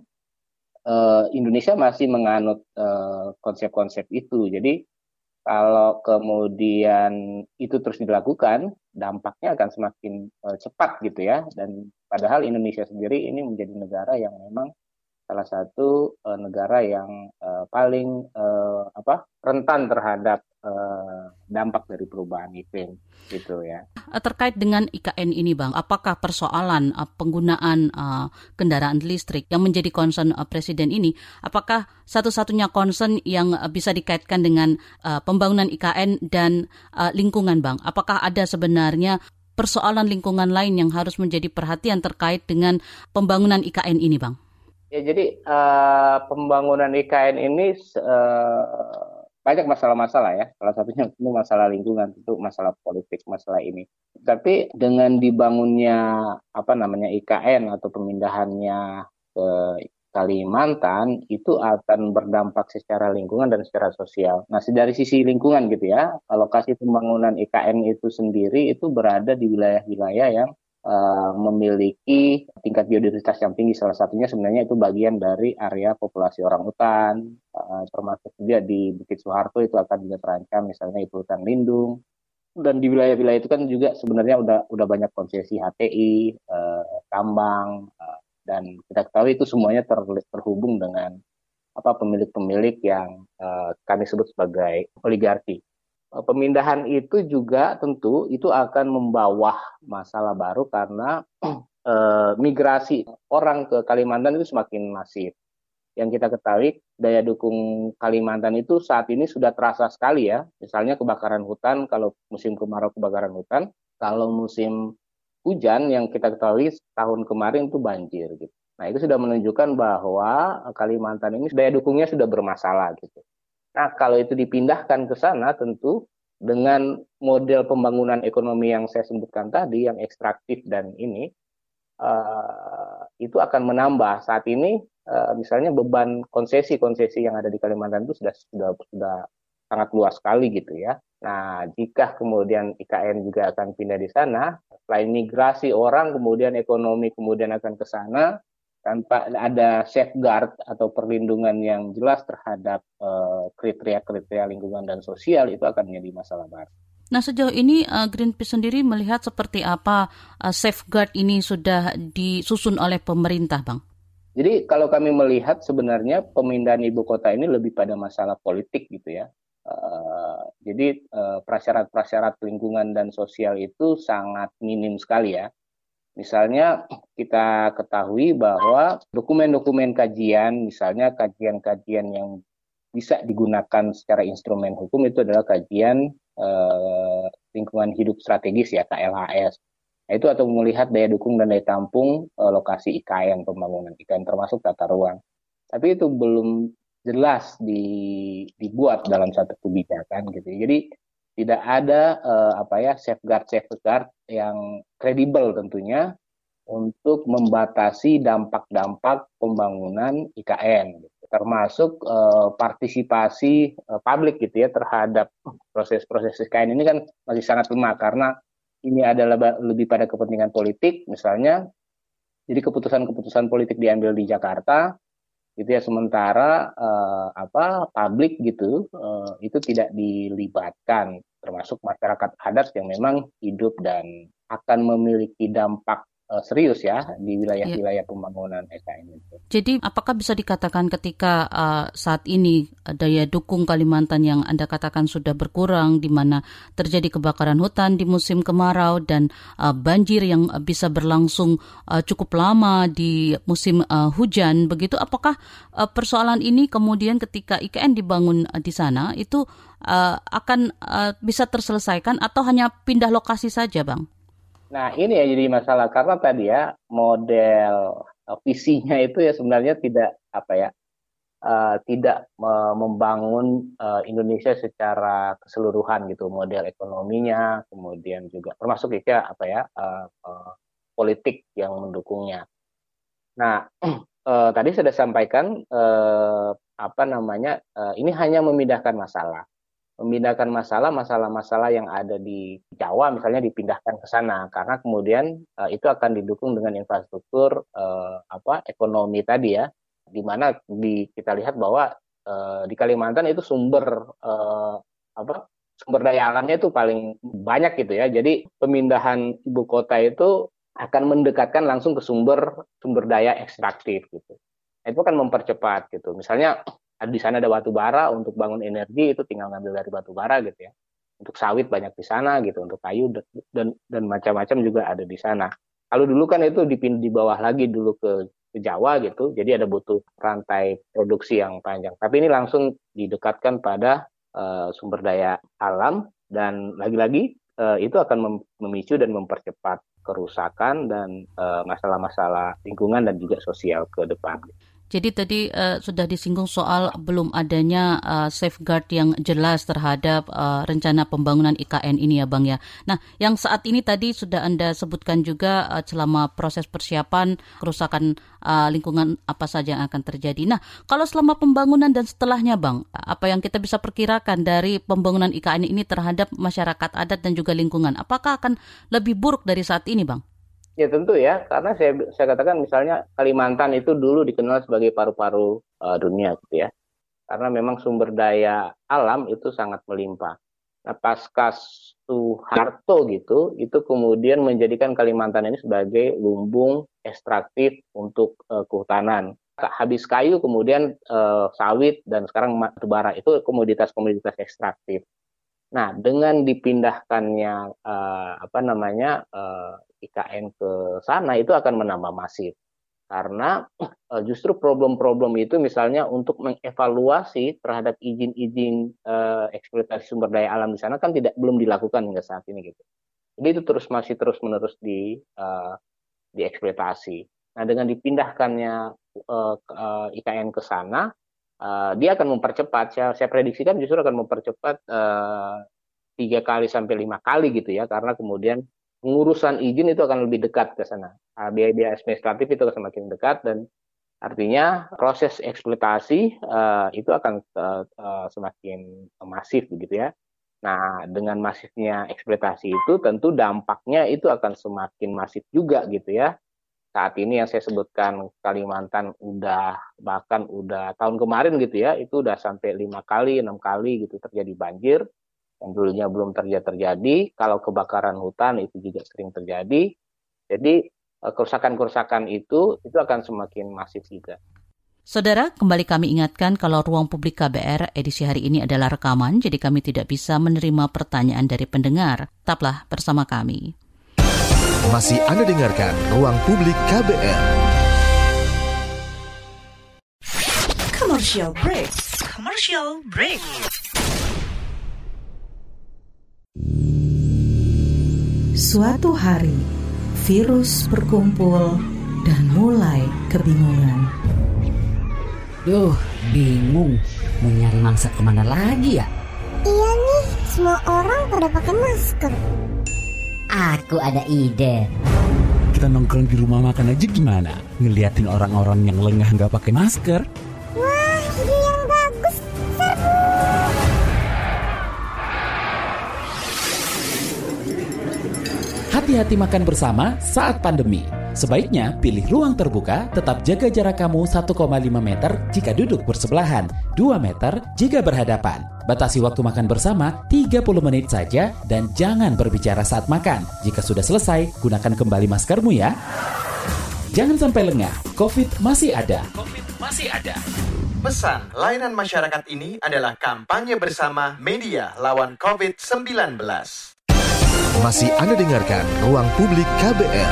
uh, Indonesia masih menganut uh, konsep-konsep itu. Jadi kalau kemudian itu terus dilakukan, dampaknya akan semakin uh, cepat gitu ya. Dan padahal Indonesia sendiri ini menjadi negara yang memang salah satu uh, negara yang uh, paling uh, apa rentan terhadap uh, dampak dari perubahan iklim gitu ya. Terkait dengan I K N ini Bang, apakah persoalan uh, penggunaan uh, kendaraan listrik yang menjadi concern uh, Presiden ini, apakah satu-satunya concern yang uh, bisa dikaitkan dengan uh, pembangunan I K N dan uh, lingkungan Bang? Apakah ada sebenarnya persoalan lingkungan lain yang harus menjadi perhatian terkait dengan pembangunan I K N ini Bang? Ya, jadi uh, pembangunan I K N ini uh, banyak masalah-masalah ya. Salah satunya itu masalah lingkungan, itu masalah politik, masalah ini. Tapi dengan dibangunnya apa namanya I K N atau pemindahannya ke Kalimantan, itu akan berdampak secara lingkungan dan secara sosial. Nah, dari sisi lingkungan gitu ya, lokasi pembangunan I K N itu sendiri itu berada di wilayah-wilayah yang Uh, memiliki tingkat biodiversitas yang tinggi. Salah satunya sebenarnya itu bagian dari area populasi orangutan, uh, termasuk juga di Bukit Soeharto itu akan juga terancam, misalnya itu hutan lindung. Dan di wilayah-wilayah itu kan juga sebenarnya udah udah banyak konsesi H T I, uh, tambang, uh, dan kita ketahui itu semuanya ter, terhubung dengan apa pemilik-pemilik yang uh, kami sebut sebagai oligarki. Pemindahan itu juga tentu itu akan membawa masalah baru karena eh, migrasi orang ke Kalimantan itu semakin masif. Yang kita ketahui daya dukung Kalimantan itu saat ini sudah terasa sekali ya. Misalnya kebakaran hutan, kalau musim kemarau kebakaran hutan, kalau musim hujan yang kita ketahui tahun kemarin itu banjir gitu. Nah, itu sudah menunjukkan bahwa Kalimantan ini daya dukungnya sudah bermasalah gitu. Nah, kalau itu dipindahkan ke sana, tentu dengan model pembangunan ekonomi yang saya sebutkan tadi, yang ekstraktif dan ini, uh, itu akan menambah. Saat ini, uh, misalnya beban konsesi-konsesi yang ada di Kalimantan itu sudah sudah sudah sangat luas sekali gitu ya. Nah, jika kemudian I K N juga akan pindah di sana, selain migrasi orang, kemudian ekonomi kemudian akan ke sana, tanpa ada safeguard atau perlindungan yang jelas terhadap uh, kriteria-kriteria lingkungan dan sosial, itu akan menjadi masalah baru. Nah, sejauh ini uh, Greenpeace sendiri melihat seperti apa uh, safeguard ini sudah disusun oleh pemerintah, Bang? Jadi kalau kami melihat sebenarnya pemindahan ibu kota ini lebih pada masalah politik gitu ya. Uh, jadi uh, prasyarat-prasyarat lingkungan dan sosial itu sangat minim sekali ya. Misalnya kita ketahui bahwa dokumen-dokumen kajian, misalnya kajian-kajian yang bisa digunakan secara instrumen hukum itu adalah kajian eh, lingkungan hidup strategis ya, K L H S. Nah, itu atau melihat daya dukung dan daya tampung eh, lokasi I K N, pembangunan I K N termasuk tata ruang. Tapi itu belum jelas di, dibuat dalam satu kebijakan gitu. Jadi tidak ada uh, apa ya safeguard safeguard yang kredibel tentunya untuk membatasi dampak-dampak pembangunan I K N gitu. termasuk uh, partisipasi uh, publik gitu ya terhadap proses-proses I K N ini kan masih sangat lemah karena ini adalah lebih pada kepentingan politik misalnya. Jadi keputusan-keputusan politik diambil di Jakarta gitu ya, sementara uh, apa publik gitu uh, itu tidak dilibatkan, termasuk masyarakat adat yang memang hidup dan akan memiliki dampak uh, serius ya di wilayah-wilayah pembangunan I K N itu. Jadi apakah bisa dikatakan ketika uh, saat ini daya dukung Kalimantan yang Anda katakan sudah berkurang, di mana terjadi kebakaran hutan di musim kemarau dan uh, banjir yang bisa berlangsung uh, cukup lama di musim uh, hujan, begitu apakah uh, persoalan ini kemudian ketika I K N dibangun uh, di sana itu uh, akan uh, bisa terselesaikan atau hanya pindah lokasi saja, Bang? Nah ini ya jadi masalah karena tadi ya model uh, visinya itu ya sebenarnya tidak apa ya uh, tidak uh, membangun uh, Indonesia secara keseluruhan gitu, model ekonominya kemudian juga termasuk ya apa ya uh, uh, politik yang mendukungnya. Nah uh, tadi sudah sampaikan uh, apa namanya uh, ini hanya memindahkan masalah. memindahkan masalah, masalah-masalah yang ada di Jawa misalnya dipindahkan ke sana karena kemudian uh, itu akan didukung dengan infrastruktur uh, apa ekonomi tadi ya, di mana di kita lihat bahwa uh, di Kalimantan itu sumber uh, apa sumber daya alamnya itu paling banyak gitu ya. Jadi pemindahan ibu kota itu akan mendekatkan langsung ke sumber sumber daya ekstraktif gitu. Itu akan mempercepat gitu. Misalnya di sana ada batu bara untuk bangun energi itu tinggal ngambil dari batu bara gitu ya. Untuk sawit banyak di sana gitu, untuk kayu dan dan, dan macam-macam juga ada di sana. Kalau dulu kan itu dipindah di bawah lagi dulu ke, ke Jawa gitu. Jadi ada butuh rantai produksi yang panjang. Tapi ini langsung didekatkan pada uh, sumber daya alam dan lagi-lagi uh, itu akan memicu dan mempercepat kerusakan dan uh, masalah-masalah lingkungan dan juga sosial ke depan. Jadi tadi uh, sudah disinggung soal belum adanya uh, safeguard yang jelas terhadap uh, rencana pembangunan I K N ini ya Bang ya. Nah yang saat ini tadi sudah Anda sebutkan juga uh, selama proses persiapan kerusakan uh, lingkungan apa saja yang akan terjadi. Nah kalau selama pembangunan dan setelahnya Bang, apa yang kita bisa perkirakan dari pembangunan I K N ini terhadap masyarakat adat dan juga lingkungan? Apakah akan lebih buruk dari saat ini Bang? Ya tentu ya, karena saya saya katakan misalnya Kalimantan itu dulu dikenal sebagai paru-paru uh, dunia gitu ya. Karena memang sumber daya alam itu sangat melimpah. Nah, pasca Soeharto gitu, itu kemudian menjadikan Kalimantan ini sebagai lumbung ekstraktif untuk uh, kehutanan. Habis kayu kemudian uh, sawit dan sekarang batu bara itu komoditas-komoditas ekstraktif. Nah, dengan dipindahkannya uh, apa namanya uh, I K N ke sana itu akan menambah masif karena uh, justru problem-problem itu misalnya untuk mengevaluasi terhadap izin-izin uh, eksploitasi sumber daya alam di sana kan tidak belum dilakukan hingga saat ini gitu. Jadi itu terus masih terus-menerus di uh, dieksploitasi. Nah, dengan dipindahkannya uh, uh, I K N ke sana Uh, dia akan mempercepat, saya, saya prediksikan justru akan mempercepat uh, tiga kali sampai lima kali gitu ya, karena kemudian pengurusan izin itu akan lebih dekat ke sana, uh, biaya-biaya administratif itu akan semakin dekat dan artinya proses eksploitasi uh, itu akan uh, uh, semakin masif begitu ya. Nah dengan masifnya eksploitasi itu tentu dampaknya itu akan semakin masif juga gitu ya. Saat ini yang saya sebutkan Kalimantan udah bahkan udah tahun kemarin gitu ya, itu udah sampai lima kali, enam kali gitu terjadi banjir. Yang dulunya belum terjadi terjadi. Kalau kebakaran hutan itu juga sering terjadi. Jadi kerusakan-kerusakan itu itu akan semakin masif juga. Saudara, kembali kami ingatkan kalau Ruang Publik K B R edisi hari ini adalah rekaman, jadi kami tidak bisa menerima pertanyaan dari pendengar. Tetaplah bersama kami. Masih Anda dengarkan Ruang Publik K B R. Commercial break. Commercial break. Suatu hari, virus berkumpul dan mulai kebingungan. Duh, bingung. Mau nyari mangsa kemana lagi ya? Iya nih, semua orang pada pakai masker. Aku ada ide. Kita nongkrong di rumah makan aja gimana? Ngeliatin orang-orang yang lengah nggak pakai masker. Wah, Hati-hati makan bersama saat pandemi. Sebaiknya pilih ruang terbuka, tetap jaga jarak kamu satu koma lima meter jika duduk bersebelahan, dua meter jika berhadapan. Batasi waktu makan bersama tiga puluh menit saja dan jangan berbicara saat makan. Jika sudah selesai, gunakan kembali maskermu ya. Jangan sampai lengah, COVID masih ada. COVID masih ada. Pesan layanan masyarakat ini adalah kampanye bersama media lawan covid sembilan belas. Masih Anda dengarkan Ruang Publik K B R.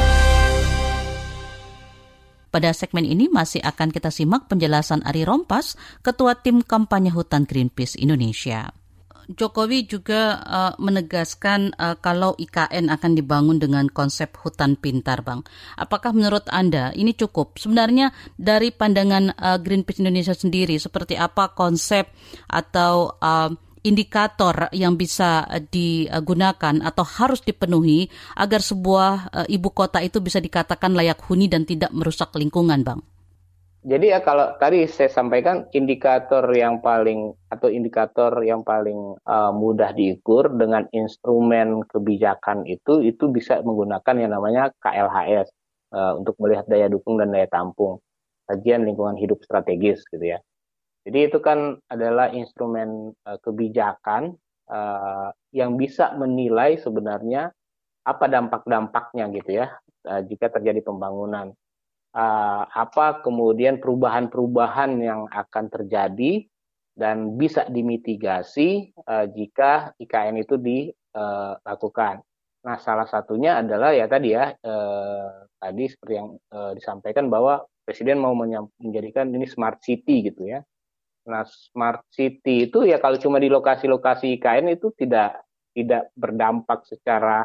Pada segmen ini masih akan kita simak penjelasan Ari Rompas, Ketua Tim Kampanye Hutan Greenpeace Indonesia. Jokowi juga uh, menegaskan uh, kalau I K N akan dibangun dengan konsep hutan pintar, Bang. Apakah menurut Anda ini cukup? Sebenarnya dari pandangan uh, Greenpeace Indonesia sendiri, seperti apa konsep atau uh, indikator yang bisa uh, digunakan atau harus dipenuhi agar sebuah uh, ibu kota itu bisa dikatakan layak huni dan tidak merusak lingkungan, Bang? Jadi ya kalau tadi saya sampaikan indikator yang paling atau indikator yang paling uh, mudah diukur dengan instrumen kebijakan itu itu bisa menggunakan yang namanya K L H S uh, untuk melihat daya dukung dan daya tampung, kajian lingkungan hidup strategis gitu ya. Jadi itu kan adalah instrumen uh, kebijakan uh, yang bisa menilai sebenarnya apa dampak-dampaknya gitu ya uh, jika terjadi pembangunan. Uh, apa kemudian perubahan-perubahan yang akan terjadi dan bisa dimitigasi uh, jika I K N itu dilakukan. Uh, nah, salah satunya adalah ya tadi ya, uh, tadi seperti yang uh, disampaikan bahwa Presiden mau menyam- menjadikan ini smart city gitu ya. Nah, smart city itu ya kalau cuma di lokasi-lokasi I K N itu tidak tidak berdampak secara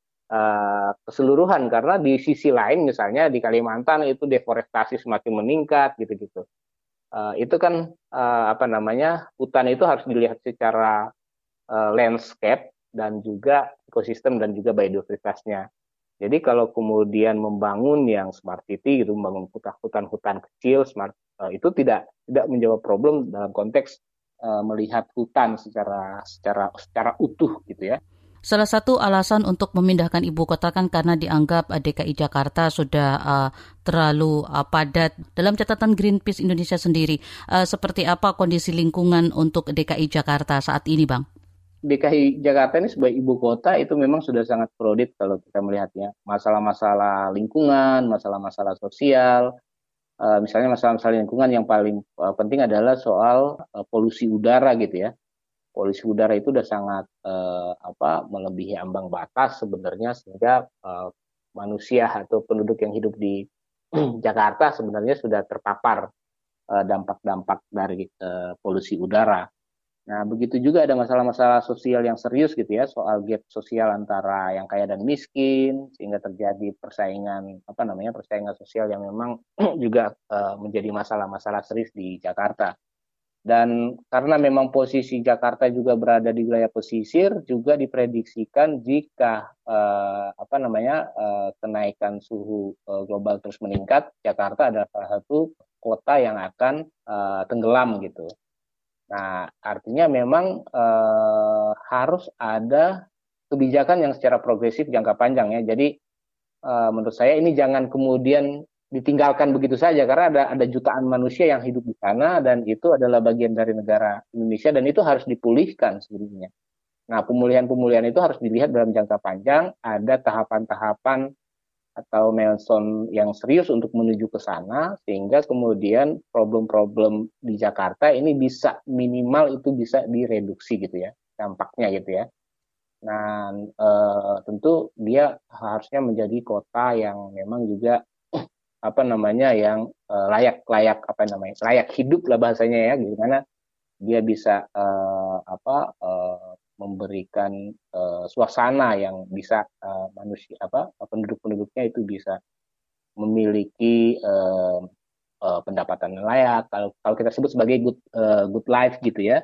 Uh, keseluruhan karena di sisi lain misalnya di Kalimantan itu deforestasi semakin meningkat gitu-gitu. Uh, itu kan uh, apa namanya hutan itu harus dilihat secara uh, landscape dan juga ekosistem dan juga biodiversitasnya. Jadi kalau kemudian membangun yang smart city gitu, membangun hutan-hutan kecil smart uh, itu tidak tidak menjawab problem dalam konteks uh, melihat hutan secara secara secara utuh gitu ya. Salah satu alasan untuk memindahkan ibu kota kan karena dianggap D K I Jakarta sudah uh, terlalu uh, padat. Dalam catatan Greenpeace Indonesia sendiri, uh, seperti apa kondisi lingkungan untuk D K I Jakarta saat ini, Bang? D K I Jakarta ini sebagai ibu kota itu memang sudah sangat krodit kalau kita melihatnya. Masalah-masalah lingkungan, masalah-masalah sosial, uh, misalnya masalah-masalah lingkungan yang paling uh, penting adalah soal uh, polusi udara gitu ya. Polusi udara itu sudah sangat eh, apa melebihi ambang batas sebenarnya sehingga eh, manusia atau penduduk yang hidup di Jakarta sebenarnya sudah terpapar eh, dampak-dampak dari eh, polusi udara. Nah, begitu juga ada masalah-masalah sosial yang serius gitu ya, soal gap sosial antara yang kaya dan miskin sehingga terjadi persaingan apa namanya persaingan sosial yang memang juga eh, menjadi masalah-masalah serius di Jakarta. Dan karena memang posisi Jakarta juga berada di wilayah pesisir, juga diprediksikan jika eh, apa namanya eh, kenaikan suhu eh, global terus meningkat, Jakarta adalah salah satu kota yang akan eh, tenggelam gitu. Nah, artinya memang eh, harus ada kebijakan yang secara progresif jangka panjang ya. Jadi eh, menurut saya ini jangan kemudian ditinggalkan begitu saja karena ada ada jutaan manusia yang hidup di sana dan itu adalah bagian dari negara Indonesia dan itu harus dipulihkan sebenarnya. Nah, pemulihan-pemulihan itu harus dilihat dalam jangka panjang, ada tahapan-tahapan atau milestone yang serius untuk menuju ke sana sehingga kemudian problem-problem di Jakarta ini bisa minimal itu bisa direduksi gitu ya, dampaknya gitu ya. Nah, eh, tentu dia harusnya menjadi kota yang memang juga apa namanya yang uh, layak layak apa namanya layak hidup lah bahasanya ya, gimana dia bisa uh, apa uh, memberikan uh, suasana yang bisa uh, manusia apa penduduk-penduduknya itu bisa memiliki uh, uh, pendapatan yang layak, kalau kalau kita sebut sebagai good uh, good life gitu ya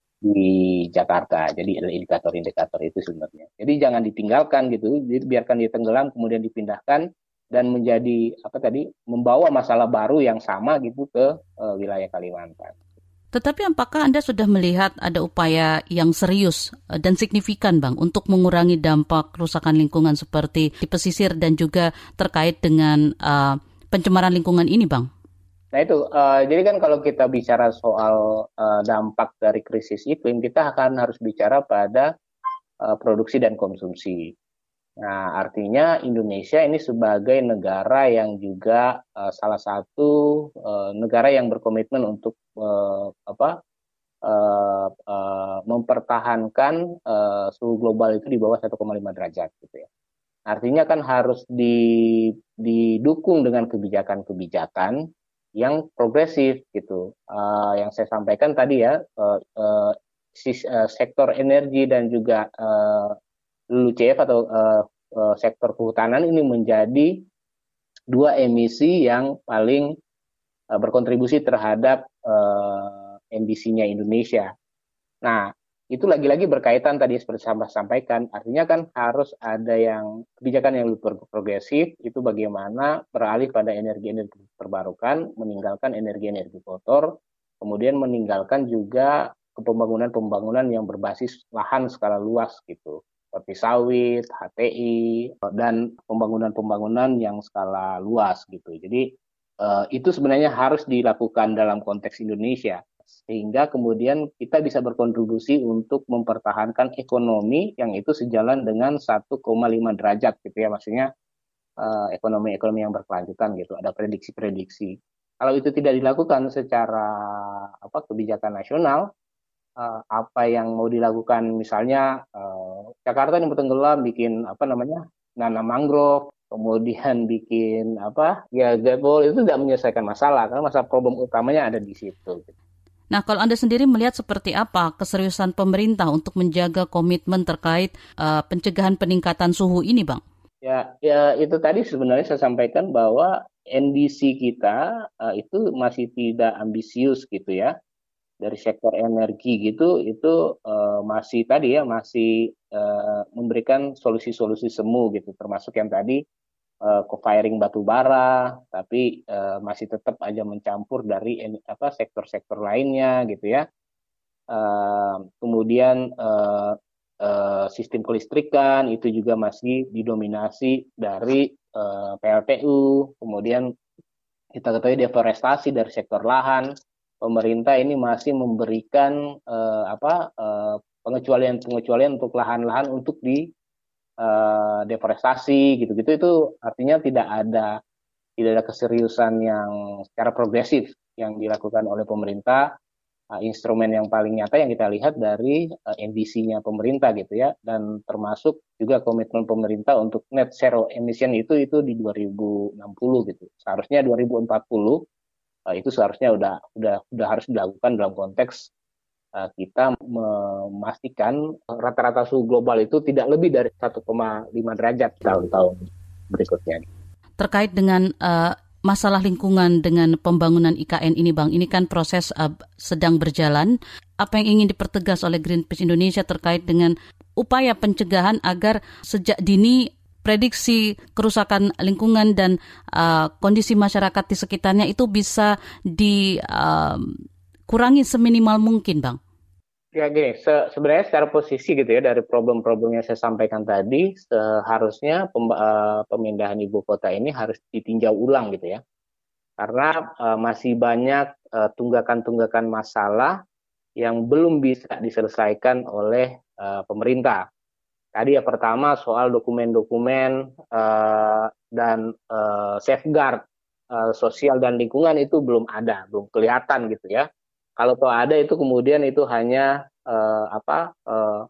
di Jakarta. Jadi ada indikator-indikator itu sebenarnya. Jadi jangan ditinggalkan gitu, jadi biarkan dia tenggelam kemudian dipindahkan dan menjadi apa tadi membawa masalah baru yang sama gitu ke uh, wilayah Kalimantan. Tetapi apakah Anda sudah melihat ada upaya yang serius dan signifikan, Bang, untuk mengurangi dampak kerusakan lingkungan seperti di pesisir dan juga terkait dengan uh, pencemaran lingkungan ini, Bang? Nah itu, uh, jadi kan kalau kita bicara soal uh, dampak dari krisis iklim, kita akan harus bicara pada uh, produksi dan konsumsi. Nah, artinya Indonesia ini sebagai negara yang juga uh, salah satu uh, negara yang berkomitmen untuk uh, apa uh, uh, mempertahankan uh, suhu global itu di bawah satu koma lima derajat, gitu ya. Artinya kan harus di, didukung dengan kebijakan-kebijakan yang progresif gitu. Uh, yang saya sampaikan tadi ya, uh, uh, sis, uh, sektor energi dan juga uh, L U C F atau uh, uh, sektor kehutanan ini menjadi dua emisi yang paling uh, berkontribusi terhadap uh, emisinya Indonesia. Nah, itu lagi-lagi berkaitan tadi seperti saya sampaikan, artinya kan harus ada yang kebijakan yang lebih progresif, itu bagaimana beralih pada energi-energi terbarukan, meninggalkan energi-energi kotor, kemudian meninggalkan juga pembangunan-pembangunan yang berbasis lahan skala luas gitu, seperti sawit, H T I, dan pembangunan-pembangunan yang skala luas gitu. Jadi eh, itu sebenarnya harus dilakukan dalam konteks Indonesia, sehingga kemudian kita bisa berkontribusi untuk mempertahankan ekonomi yang itu sejalan dengan satu koma lima derajat gitu ya, maksudnya uh, ekonomi-ekonomi yang berkelanjutan gitu, ada prediksi-prediksi. Kalau itu tidak dilakukan secara apa kebijakan nasional, uh, apa yang mau dilakukan misalnya uh, Jakarta yang tenggelam bikin apa namanya nanam mangrove, kemudian bikin apa ya gabol, itu tidak menyelesaikan masalah karena masalah problem utamanya ada di situ. Nah, kalau Anda sendiri melihat seperti apa keseriusan pemerintah untuk menjaga komitmen terkait uh, pencegahan peningkatan suhu ini, Bang? Ya, ya itu tadi sebenarnya saya sampaikan bahwa N D C kita uh, itu masih tidak ambisius gitu ya. Dari sektor energi gitu, itu uh, masih tadi ya, masih uh, memberikan solusi-solusi semu gitu, termasuk yang tadi Uh, co-firing batu bara, tapi uh, masih tetap aja mencampur dari apa sektor-sektor lainnya gitu ya. Uh, kemudian uh, uh, sistem kelistrikan itu juga masih didominasi dari uh, P L T U. Kemudian kita ketahui deforestasi dari sektor lahan. Pemerintah ini masih memberikan uh, apa uh, pengecualian-pengecualian untuk lahan-lahan untuk di Uh, deforestasi gitu-gitu, itu artinya tidak ada tidak ada keseriusan yang secara progresif yang dilakukan oleh pemerintah. Uh, instrumen yang paling nyata yang kita lihat dari uh, N D C-nya pemerintah gitu ya, dan termasuk juga komitmen pemerintah untuk net zero emission itu itu di dua ribu enam puluh gitu. Seharusnya dua ribu empat puluh uh, itu seharusnya udah udah udah harus dilakukan dalam konteks kita memastikan rata-rata suhu global itu tidak lebih dari satu koma lima derajat tahun-tahun berikutnya. Terkait dengan uh, masalah lingkungan dengan pembangunan I K N ini, Bang, ini kan proses uh, sedang berjalan. Apa yang ingin dipertegas oleh Greenpeace Indonesia terkait dengan upaya pencegahan agar sejak dini prediksi kerusakan lingkungan dan uh, kondisi masyarakat di sekitarnya itu bisa di uh, kurangi seminimal mungkin, Bang? Ya gini, se- sebenarnya secara posisi gitu ya, dari problem-problem yang saya sampaikan tadi, seharusnya pem- uh, pemindahan ibu kota ini harus ditinjau ulang gitu ya. Karena uh, masih banyak uh, tunggakan-tunggakan masalah yang belum bisa diselesaikan oleh uh, pemerintah. Tadi ya pertama soal dokumen-dokumen uh, dan uh, safeguard uh, sosial dan lingkungan itu belum ada, belum kelihatan gitu ya. Kalau toh ada itu kemudian itu hanya uh, apa uh,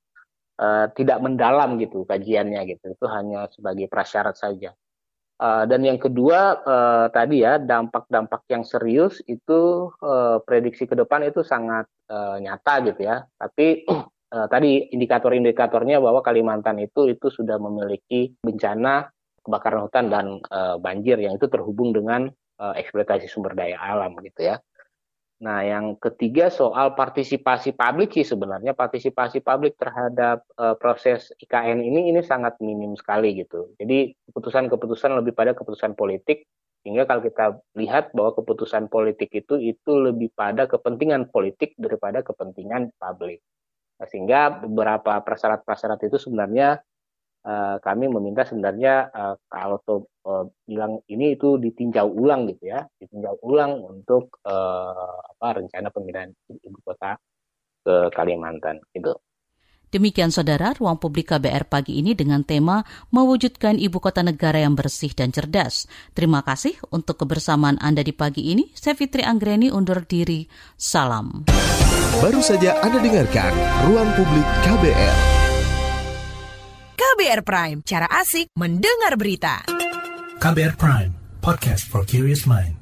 uh, tidak mendalam gitu kajiannya gitu, itu hanya sebagai prasyarat saja. Uh, dan yang kedua uh, tadi ya dampak-dampak yang serius itu uh, prediksi ke depan itu sangat uh, nyata gitu ya. Tapi uh, tadi indikator-indikatornya bahwa Kalimantan itu itu sudah memiliki bencana kebakaran hutan dan uh, banjir yang itu terhubung dengan uh, eksploitasi sumber daya alam gitu ya. Nah, yang ketiga soal partisipasi publik sih sebenarnya partisipasi publik terhadap uh, proses I K N ini ini sangat minim sekali gitu. Jadi keputusan-keputusan lebih pada keputusan politik Sehingga kalau kita lihat bahwa keputusan politik itu itu lebih pada kepentingan politik daripada kepentingan publik. Nah, sehingga beberapa prasyarat-prasyarat itu sebenarnya uh, kami meminta sebenarnya uh, kalau to, uh, bilang ini itu ditinjau ulang gitu ya, ditinjau ulang untuk uh, apa rencana pemindahan ibu kota ke Kalimantan gitu. Demikian saudara, Ruang Publik K B R pagi ini dengan tema mewujudkan ibu kota negara yang bersih dan cerdas. Terima kasih untuk kebersamaan Anda di pagi ini. Saya Fitri Anggreni undur diri. Salam. Baru saja Anda dengarkan Ruang Publik K B R. K B R Prime, cara asik mendengar berita. K B R Prime, podcast for curious mind.